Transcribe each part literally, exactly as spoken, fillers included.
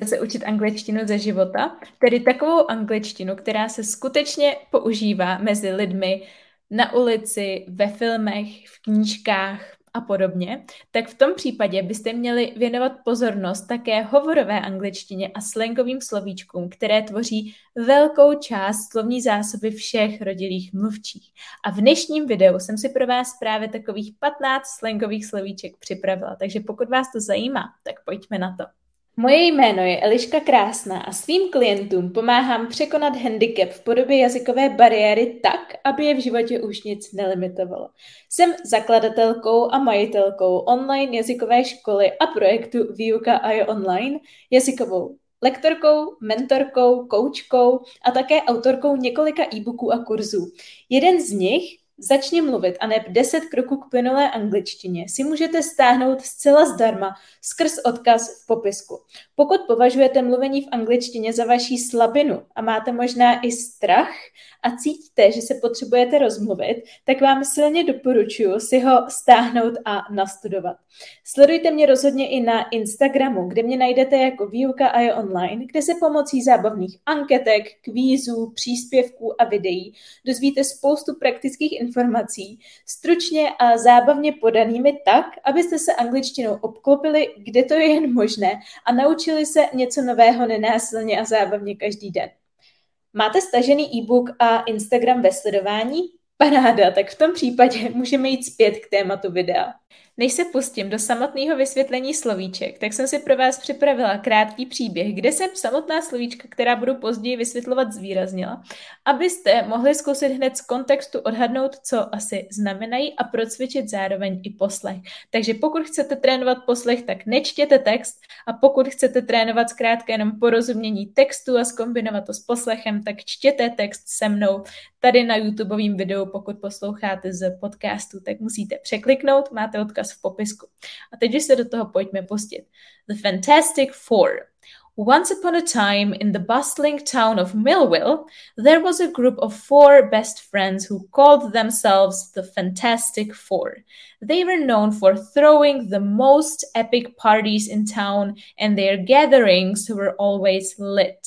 se učit angličtinu ze života, tedy takovou angličtinu, která se skutečně používá mezi lidmi na ulici, ve filmech, v knížkách a podobně, tak v tom případě byste měli věnovat pozornost také hovorové angličtině a slangovým slovíčkům, které tvoří velkou část slovní zásoby všech rodilých mluvčích. A v dnešním videu jsem si pro vás právě takových patnáct slangových slovíček připravila, takže pokud vás to zajímá, tak pojďme na to. Moje jméno je Eliška Krásná a svým klientům pomáhám překonat handicap v podobě jazykové bariéry tak, aby je v životě už nic nelimitovalo. Jsem zakladatelkou a majitelkou online jazykové školy a projektu Výuka a je online, jazykovou lektorkou, mentorkou, koučkou a také autorkou několika e-booků a kurzů. Jeden z nich, Začni mluvit a neb deset kroků k plynulé angličtině, si můžete stáhnout zcela zdarma skrz odkaz v popisku. Pokud považujete mluvení v angličtině za vaší slabinu a máte možná i strach a cítíte, že se potřebujete rozmluvit, tak vám silně doporučuji si ho stáhnout a nastudovat. Sledujte mě rozhodně i na Instagramu, kde mě najdete jako Výuka a je online, kde se pomocí zábavných anketek, kvízů, příspěvků a videí dozvíte spoustu praktických informací, stručně a zábavně podanými tak, abyste se angličtinou obklopili, kde to je jen možné a naučili se něco nového nenásilně a zábavně každý den. Máte stažený e-book a Instagram ve sledování? Paráda, tak v tom případě můžeme jít zpět k tématu videa. Než se pustím do samotného vysvětlení slovíček, tak jsem si pro vás připravila krátký příběh, kde jsem samotná slovíčka, která budu později vysvětlovat, zvýraznila, abyste mohli zkusit hned z kontextu odhadnout, co asi znamenají a procvičit zároveň i poslech. Takže pokud chcete trénovat poslech, tak nečtěte text a pokud chcete trénovat zkrátka jenom porozumění textu a zkombinovat to s poslechem, tak čtěte text se mnou. Tady na YouTubeovém videu, pokud posloucháte z podcastu, tak musíte překliknout, máte odkaz v popisku. A teď už se do toho pojďme pustit. The Fantastic Four. Once upon a time, in the bustling town of Millville, there was a group of four best friends who called themselves the Fantastic Four. They were known for throwing the most epic parties in town, and their gatherings were always lit.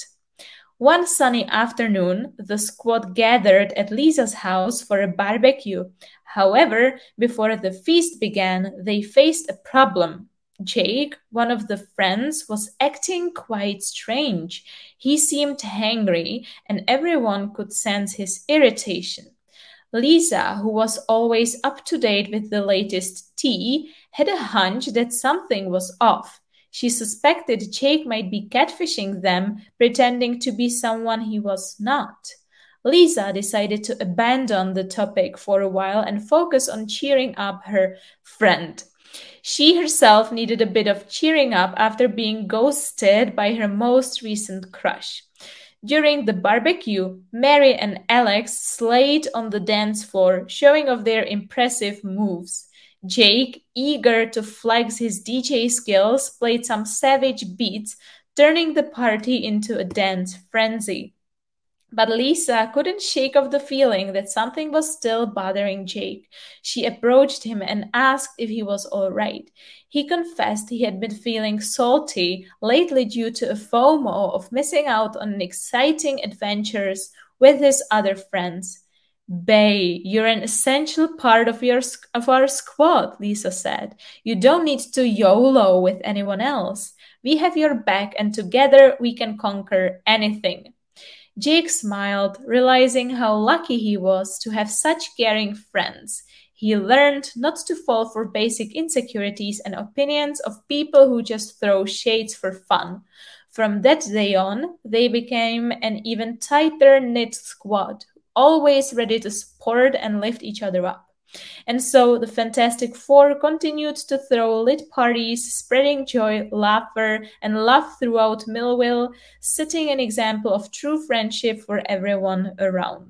One sunny afternoon, the squad gathered at Lisa's house for a barbecue. However, before the feast began, they faced a problem. Jake, one of the friends, was acting quite strange. He seemed hangry, and everyone could sense his irritation. Lisa, who was always up to date with the latest tea, had a hunch that something was off. She suspected Jake might be catfishing them, pretending to be someone he was not. Lisa decided to abandon the topic for a while and focus on cheering up her friend. She herself needed a bit of cheering up after being ghosted by her most recent crush. During the barbecue, Mary and Alex slayed on the dance floor, showing off their impressive moves. Jake, eager to flex his D J skills, played some savage beats, turning the party into a dance frenzy. But Lisa couldn't shake off the feeling that something was still bothering Jake. She approached him and asked if he was all right. He confessed he had been feeling salty lately due to a FOMO of missing out on exciting adventures with his other friends. Bae, you're an essential part of your of our squad, Lisa said. You don't need to YOLO with anyone else. We have your back and together we can conquer anything. Jake smiled, realizing how lucky he was to have such caring friends. He learned not to fall for basic insecurities and opinions of people who just throw shades for fun. From that day on, they became an even tighter knit squad, always ready to support and lift each other up. And so the Fantastic Four continued to throw lit parties, spreading joy, laughter, and love throughout Millville, setting an example of true friendship for everyone around.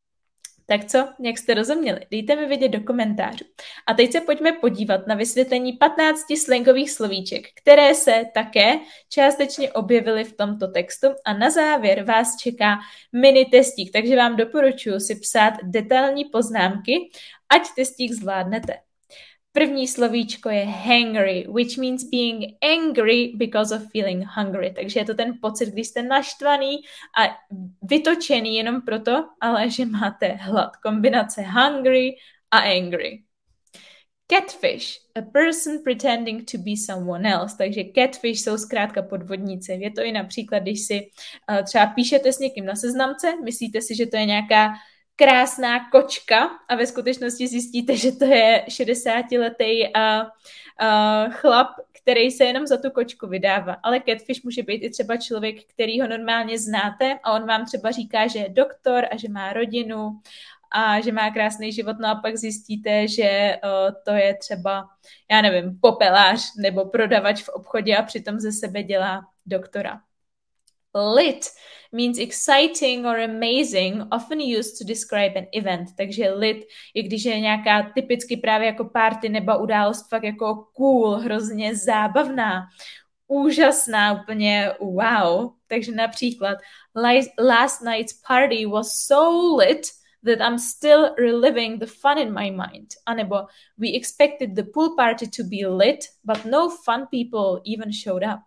Tak co, jak jste rozuměli? Dejte mi vědět do komentářů. A teď se pojďme podívat na vysvětlení patnácti slangových slovíček, které se také částečně objevily v tomto textu a na závěr vás čeká mini testík, takže vám doporučuji si psát detailní poznámky, ať testík zvládnete. První slovíčko je hangry, which means being angry because of feeling hungry. Takže je to ten pocit, když jste naštvaný a vytočený jenom proto, ale že máte hlad. Kombinace hungry a angry. Catfish, a person pretending to be someone else. Takže catfish jsou zkrátka podvodníci. Je to i například, když si uh, třeba píšete s někým na seznamce, myslíte si, že to je nějaká krásná kočka a ve skutečnosti zjistíte, že to je šedesátiletý uh, uh, chlap, který se jenom za tu kočku vydává. Ale catfish může být i třeba člověk, který ho normálně znáte a on vám třeba říká, že je doktor a že má rodinu a že má krásný život, no a pak zjistíte, že uh, to je třeba, já nevím, popelář nebo prodavač v obchodě a přitom ze sebe dělá doktora. Lit means exciting or amazing, often used to describe an event. Takže lit je, když je nějaká typicky právě jako party nebo událost fakt jako cool, hrozně zábavná, úžasná, úplně wow. Takže například last night's party was so lit that I'm still reliving the fun in my mind. A nebo we expected the pool party to be lit, but no fun people even showed up.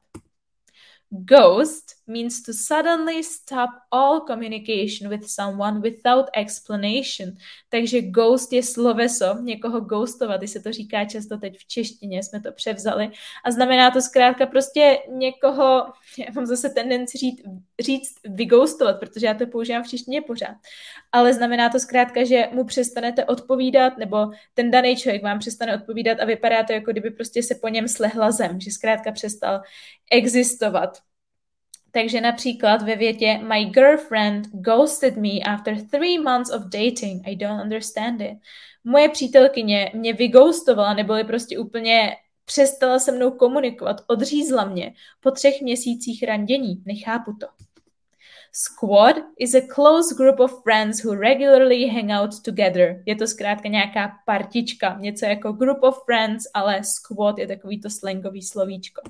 Ghost means to suddenly stop all communication with someone without explanation. Takže ghost je sloveso, někoho ghostovat, když se to říká často teď v češtině, jsme to převzali. A znamená to zkrátka prostě někoho, já mám zase tendenci říct, říct vyghostovat, protože já to používám v češtině pořád. Ale znamená to zkrátka, že mu přestanete odpovídat, nebo ten daný člověk vám přestane odpovídat a vypadá to, jako kdyby prostě se po něm slehla zem, že zkrátka přestal existovat. Takže například ve větě My girlfriend ghosted me after three months of dating. I don't understand it. Moje přítelkyně mě vyghostovala, neboli prostě úplně přestala se mnou komunikovat, odřízla mě po třech měsících randění. Nechápu to. Squad is a close group of friends who regularly hang out together. Je to zkrátka nějaká partička, něco jako group of friends, ale squad je takový to slangový slovíčko.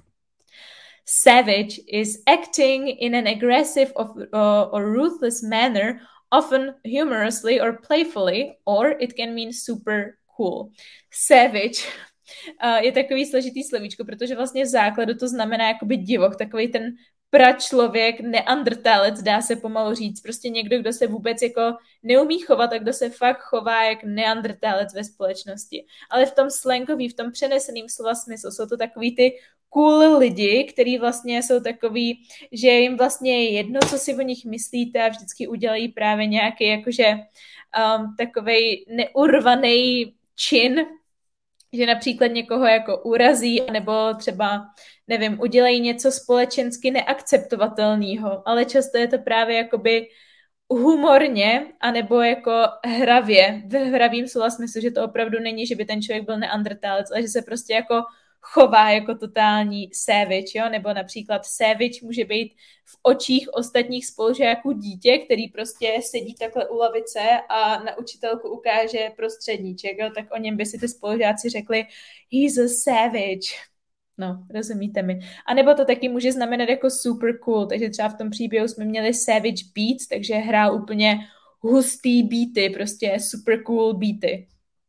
Savage is acting in an aggressive or, uh, or ruthless manner, often humorously or playfully, or it can mean super cool. Savage uh, je takový složitý slovíčko, protože vlastně v základu to znamená jakoby divok, takový ten pračlověk, neandrtálec, dá se pomalu říct. Prostě někdo, kdo se vůbec jako neumí chovat a kdo se fakt chová jak neandrtálec ve společnosti. Ale v tom slangový, v tom přeneseným slova smyslu jsou to takový ty cool lidi, kteří vlastně jsou takový, že jim vlastně je jedno, co si o nich myslíte a vždycky udělají právě nějaký jakože um, takovej neurvaný čin, že například někoho jako urazí, nebo třeba, nevím, udělají něco společensky neakceptovatelného, ale často je to právě jakoby humorně, anebo jako hravě, v hravým slova smyslu, že to opravdu není, že by ten člověk byl neandrtálec, ale že se prostě jako chová jako totální savage, jo? Nebo například savage může být v očích ostatních spolužáků dítě, který prostě sedí takhle u lavice a na učitelku ukáže prostředníček, jo? Tak o něm by si ty spolužáci řekli he's a savage. No, rozumíte mi. A nebo to taky může znamenat jako super cool, takže třeba v tom příběhu jsme měli savage beats, takže hrál úplně hustý beaty, prostě super cool beaty.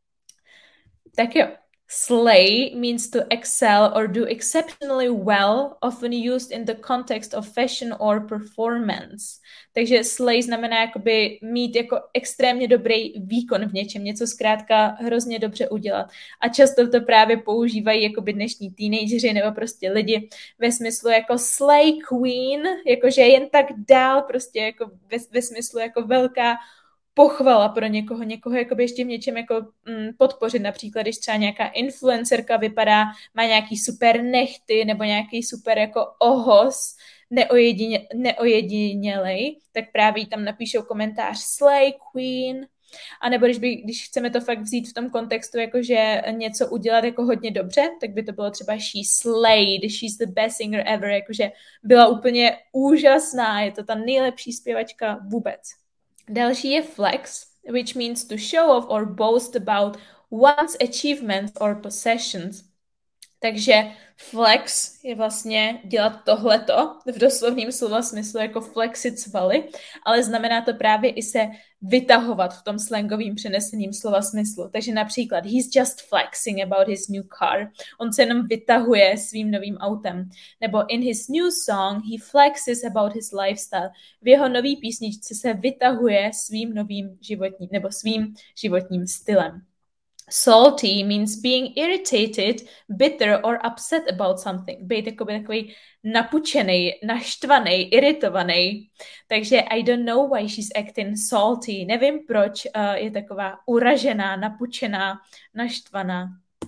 Tak jo. Slay means to excel or do exceptionally well, often used in the context of fashion or performance. Takže slay znamená jakoby mít jako extrémně dobrý výkon v něčem, něco zkrátka hrozně dobře udělat. A často to právě používají jakoby dnešní teenageři nebo prostě lidi ve smyslu jako slay queen, jakože jen tak dál, prostě jako ve, ve smyslu jako velká pochvala pro někoho, někoho jakoby ještě v něčem jako mm, podpořit, například když třeba nějaká influencerka vypadá, má nějaký super nechty nebo nějaký super jako ohos neojedině, neojedinělej, tak právě tam napíšou komentář slay queen, a nebo když, by, když chceme to fakt vzít v tom kontextu, jakože něco udělat jako hodně dobře, tak by to bylo třeba she slayed, she's the best singer ever, jakože byla úplně úžasná, je to ta nejlepší zpěvačka vůbec. Další je flex, which means to show off or boast about one's achievements or possessions. Takže flex je vlastně dělat tohleto v doslovném slova smyslu jako flexit svaly, ale znamená to právě i se vytahovat v tom slangovým přeneseným slova smyslu. Takže například he's just flexing about his new car. On se jenom vytahuje svým novým autem. Nebo in his new song he flexes about his lifestyle. V jeho nový písničce se vytahuje svým novým životním nebo svým životním stylem. Salty means being irritated, bitter or upset about something. Být jakoby takový napučený, naštvaný, iritovaný. Takže I don't know why she's acting salty. Nevím, proč uh, je taková uražená, napučená, naštvaná.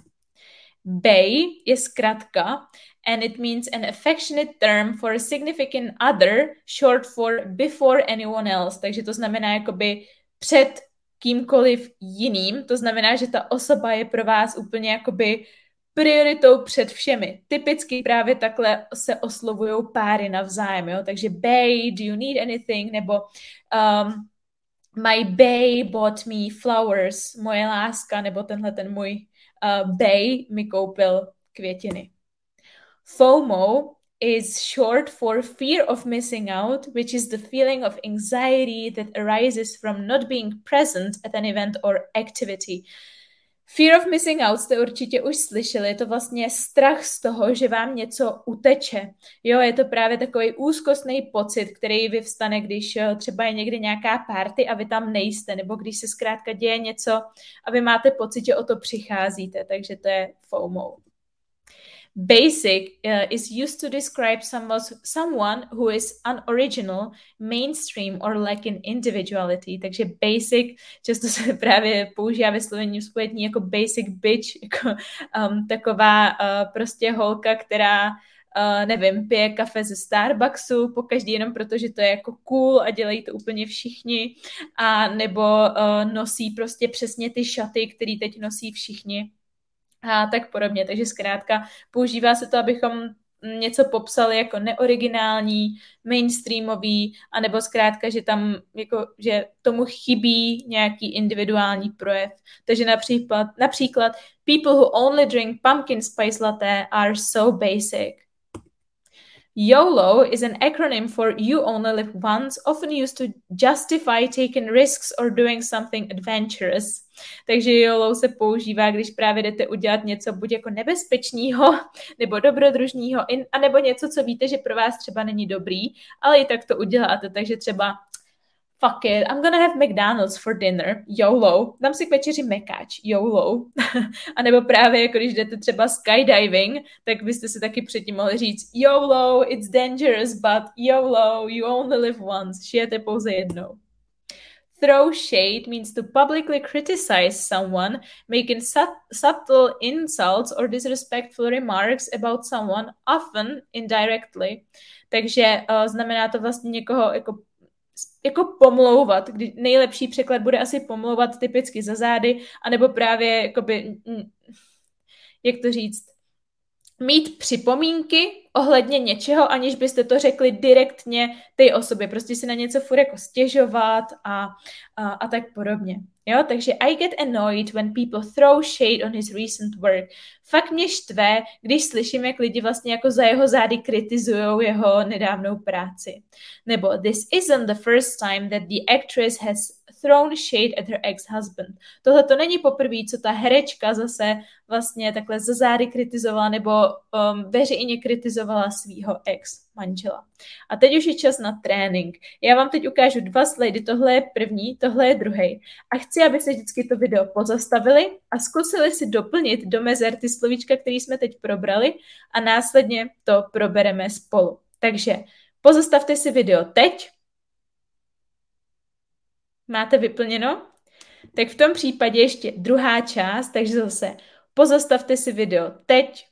Bay je zkratka and it means an affectionate term for a significant other, short for before anyone else. Takže to znamená jakoby před kýmkoliv jiným, to znamená, že ta osoba je pro vás úplně jakoby prioritou před všemi. Typicky právě takhle se oslovují páry navzájem, jo? Takže bae, do you need anything? Nebo um, my bae bought me flowers, moje láska, nebo tenhle ten můj uh, bae mi koupil květiny. FOMO is short for fear of missing out, which is the feeling of anxiety that arises from not being present at an event or activity. Fear of missing out jste určitě už slyšeli, je to vlastně strach z toho, že vám něco uteče. Jo, je to právě takový úzkostný pocit, který vyvstane, když třeba je někdy nějaká party a vy tam nejste, nebo když se zkrátka děje něco a vy máte pocit, že o to přicházíte, takže to je FOMO. Basic uh, is used to describe someone, someone who is unoriginal, mainstream or lacking individuality. Takže basic často se právě používá ve slovenním spojení jako basic bitch, jako um, taková uh, prostě holka, která Uh, nevím, pije kafe ze Starbucksu pokaždý jenom proto, že to je jako cool a dělají to úplně všichni, a nebo uh, nosí prostě přesně ty šaty, které teď nosí všichni. A tak podobně. Takže zkrátka používá se to, abychom něco popsali jako neoriginální, mainstreamový, anebo zkrátka, že tam jako, že tomu chybí nějaký individuální projev. Takže například, například people who only drink pumpkin spice latte are so basic. YOLO is an acronym for You Only Live Once, often used to justify taking risks or doing something adventurous. Takže YOLO se používá, když právě jdete udělat něco buď jako nebezpečného, nebo dobrodružného, anebo něco, co víte, že pro vás třeba není dobrý, ale i tak to uděláte. Takže třeba fuck it, I'm gonna have McDonald's for dinner, YOLO, dám si k večeři mekáč, YOLO. A nebo právě jako když jdete třeba skydiving, tak byste si taky předtím mohli říct YOLO, it's dangerous, but YOLO, you only live once, žijete pouze jednou. Throw shade means to publicly criticize someone, making sub- subtle insults or disrespectful remarks about someone, often indirectly. Takže uh, znamená to vlastně někoho jako jako pomlouvat, kdy nejlepší překlad bude asi pomlouvat typicky za zády, anebo právě jakoby, jak to říct, mít připomínky ohledně něčeho, aniž byste to řekli direktně té osobě. Prostě si na něco furt jako stěžovat a, a, a tak podobně. Jo, takže I get annoyed when people throw shade on his recent work. Fakt mě štve, když slyším, jak lidi vlastně jako za jeho zády kritizujou jeho nedávnou práci. Nebo this isn't the first time that the actress has thrown shade at her ex-husband. Tohle to není poprvé, co ta herečka zase vlastně takhle za zády kritizovala nebo um, veřejně kritizovala svýho ex-manžela. A teď už je čas na trénink. Já vám teď ukážu dva slidy, tohle je první, tohle je druhý. A chci, abyste vždycky to video pozastavili a zkusili si doplnit do mezer ty slovíčka, které jsme teď probrali, a následně to probereme spolu. Takže pozastavte si video teď. Máte vyplněno? Tak v tom případě ještě druhá část, takže zase pozastavte si video teď.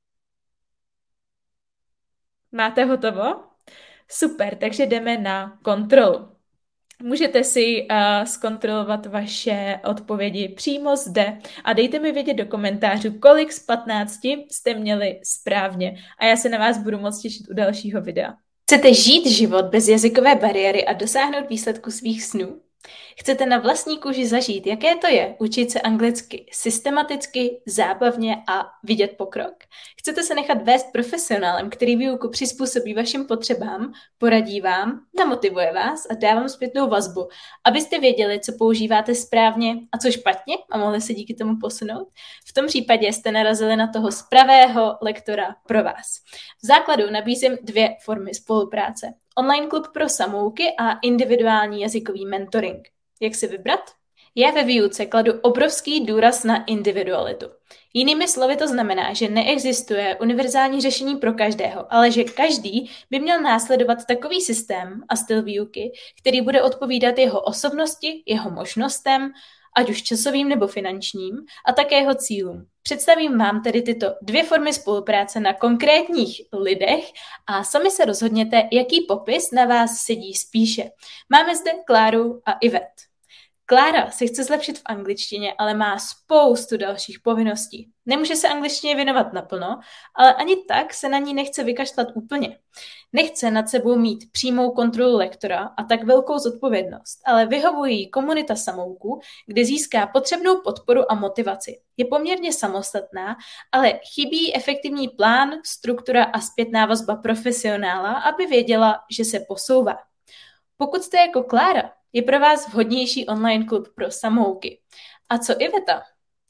Máte hotovo? Super, takže jdeme na kontrolu. Můžete si uh, zkontrolovat vaše odpovědi přímo zde a dejte mi vědět do komentářů, kolik z patnácti jste měli správně. A já se na vás budu moc těšit u dalšího videa. Chcete žít život bez jazykové bariéry a dosáhnout výsledku svých snů? Chcete na vlastní kůži zažít, jaké to je učit se anglicky systematicky, zábavně a vidět pokrok? Chcete se nechat vést profesionálem, který výuku přizpůsobí vašim potřebám, poradí vám, namotivuje vás a dá vám zpětnou vazbu, abyste věděli, co používáte správně a co špatně a mohli se díky tomu posunout? V tom případě jste narazili na toho spravého lektora pro vás. V základu nabízím dvě formy spolupráce. Online klub pro samouky a individuální jazykový mentoring. Jak si vybrat? Já ve výuce kladu obrovský důraz na individualitu. Jinými slovy to znamená, že neexistuje univerzální řešení pro každého, ale že každý by měl následovat takový systém a styl výuky, který bude odpovídat jeho osobnosti, jeho možnostem, ať už časovým nebo finančním, a také jeho cílům. Představím vám tedy tyto dvě formy spolupráce na konkrétních lidech a sami se rozhodněte, jaký popis na vás sedí spíše. Máme zde Kláru a Ivet. Klára se chce zlepšit v angličtině, ale má spoustu dalších povinností. Nemůže se angličtině věnovat naplno, ale ani tak se na ní nechce vykašlat úplně. Nechce nad sebou mít přímou kontrolu lektora a tak velkou zodpovědnost, ale vyhovuje jí komunita samouků, kde získá potřebnou podporu a motivaci. Je poměrně samostatná, ale chybí efektivní plán, struktura a zpětná vazba profesionála, aby věděla, že se posouvá. Pokud jste jako Klára, je pro vás vhodnější online klub pro samouky. A co Iveta?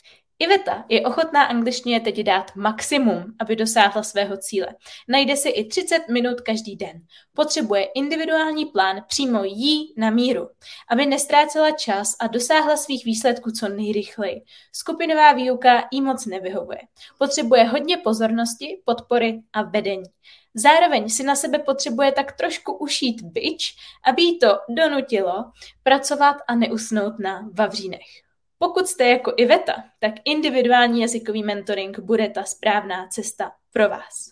Iveta je ochotná angličtině teď dát maximum, aby dosáhla svého cíle. Najde si i třicet minut každý den. Potřebuje individuální plán přímo jí na míru, aby nestrácela čas a dosáhla svých výsledků co nejrychleji. Skupinová výuka jí moc nevyhovuje. Potřebuje hodně pozornosti, podpory a vedení. Zároveň si na sebe potřebuje tak trošku ušít bič, aby jí to donutilo pracovat a neusnout na vavřínech. Pokud jste jako Iveta, tak individuální jazykový mentoring bude ta správná cesta pro vás.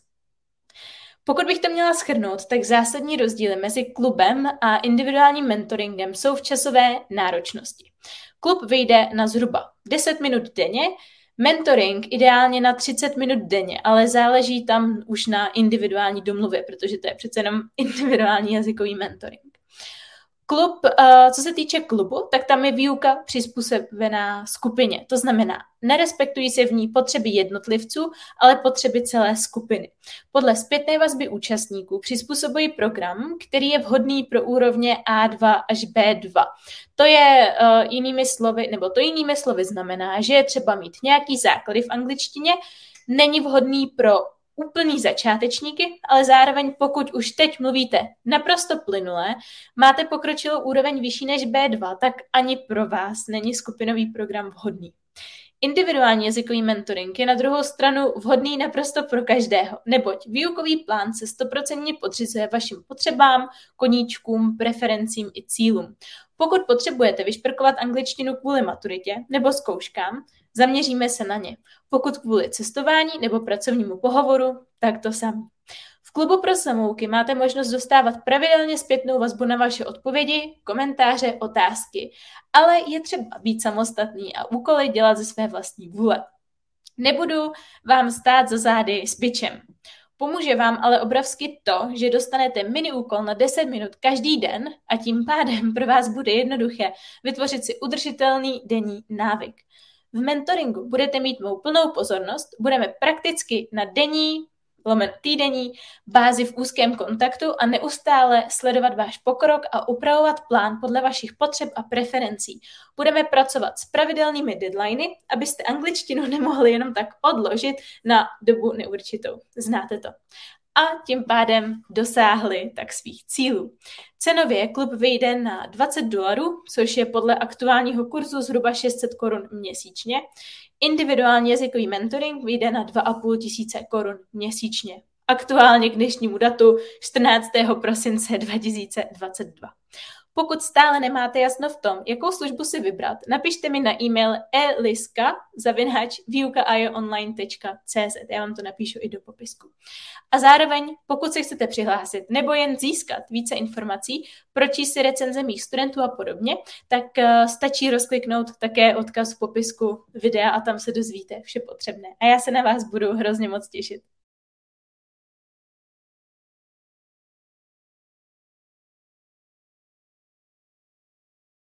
Pokud bych to měla shrnout, tak zásadní rozdíly mezi klubem a individuálním mentoringem jsou v časové náročnosti. Klub vyjde na zhruba deset minut denně, mentoring ideálně na třicet minut denně, ale záleží tam už na individuální domluvě, protože to je přece jenom individuální jazykový mentoring. Klub, co se týče klubu, tak tam je výuka přizpůsobená skupině. To znamená, nerespektují se v ní potřeby jednotlivců, ale potřeby celé skupiny. Podle zpětné vazby účastníků přizpůsobují program, který je vhodný pro úrovně A dva až bé dva. To je uh, jinými slovy, nebo to jinými slovy znamená, že je třeba mít nějaký základy v angličtině, není vhodný pro úplný začátečníky, ale zároveň pokud už teď mluvíte naprosto plynule, máte pokročilou úroveň vyšší než bé dva, tak ani pro vás není skupinový program vhodný. Individuální jazykový mentoring je na druhou stranu vhodný naprosto pro každého, neboť výukový plán se stoprocentně podřizuje vašim potřebám, koníčkům, preferencím i cílům. Pokud potřebujete vyšperkovat angličtinu kvůli maturitě nebo zkouškám, zaměříme se na ně. Pokud kvůli cestování nebo pracovnímu pohovoru, tak to samé. V klubu pro samouky máte možnost dostávat pravidelně zpětnou vazbu na vaše odpovědi, komentáře, otázky, ale je třeba být samostatný a úkoly dělat ze své vlastní vůle. Nebudu vám stát za zády s bičem. Pomůže vám ale obrovsky to, že dostanete mini úkol na deset minut každý den a tím pádem pro vás bude jednoduché vytvořit si udržitelný denní návyk. V mentoringu budete mít mou plnou pozornost, budeme prakticky na denní, lomen týdenní bázi v úzkém kontaktu a neustále sledovat váš pokrok a upravovat plán podle vašich potřeb a preferencí. Budeme pracovat s pravidelnými deadliny, abyste angličtinu nemohli jenom tak odložit na dobu neurčitou. Znáte to. A tím pádem dosáhli tak svých cílů. Cenově klub vyjde na dvacet dolarů, což je podle aktuálního kurzu zhruba šest set korun měsíčně. Individuální jazykový mentoring vyjde na dva a půl tisíce korun měsíčně. Aktuálně k dnešnímu datu čtrnáctého prosince dva tisíce dvacet dva. Pokud stále nemáte jasno v tom, jakou službu si vybrat, napište mi na e-mail eliska zavináč výuka a j online tečka cé zet. Já vám to napíšu i do popisku. A zároveň, pokud se chcete přihlásit nebo jen získat více informací, pročíst si recenze mých studentů a podobně, tak uh, stačí rozkliknout také odkaz v popisku videa a tam se dozvíte vše potřebné. A já se na vás budu hrozně moc těšit.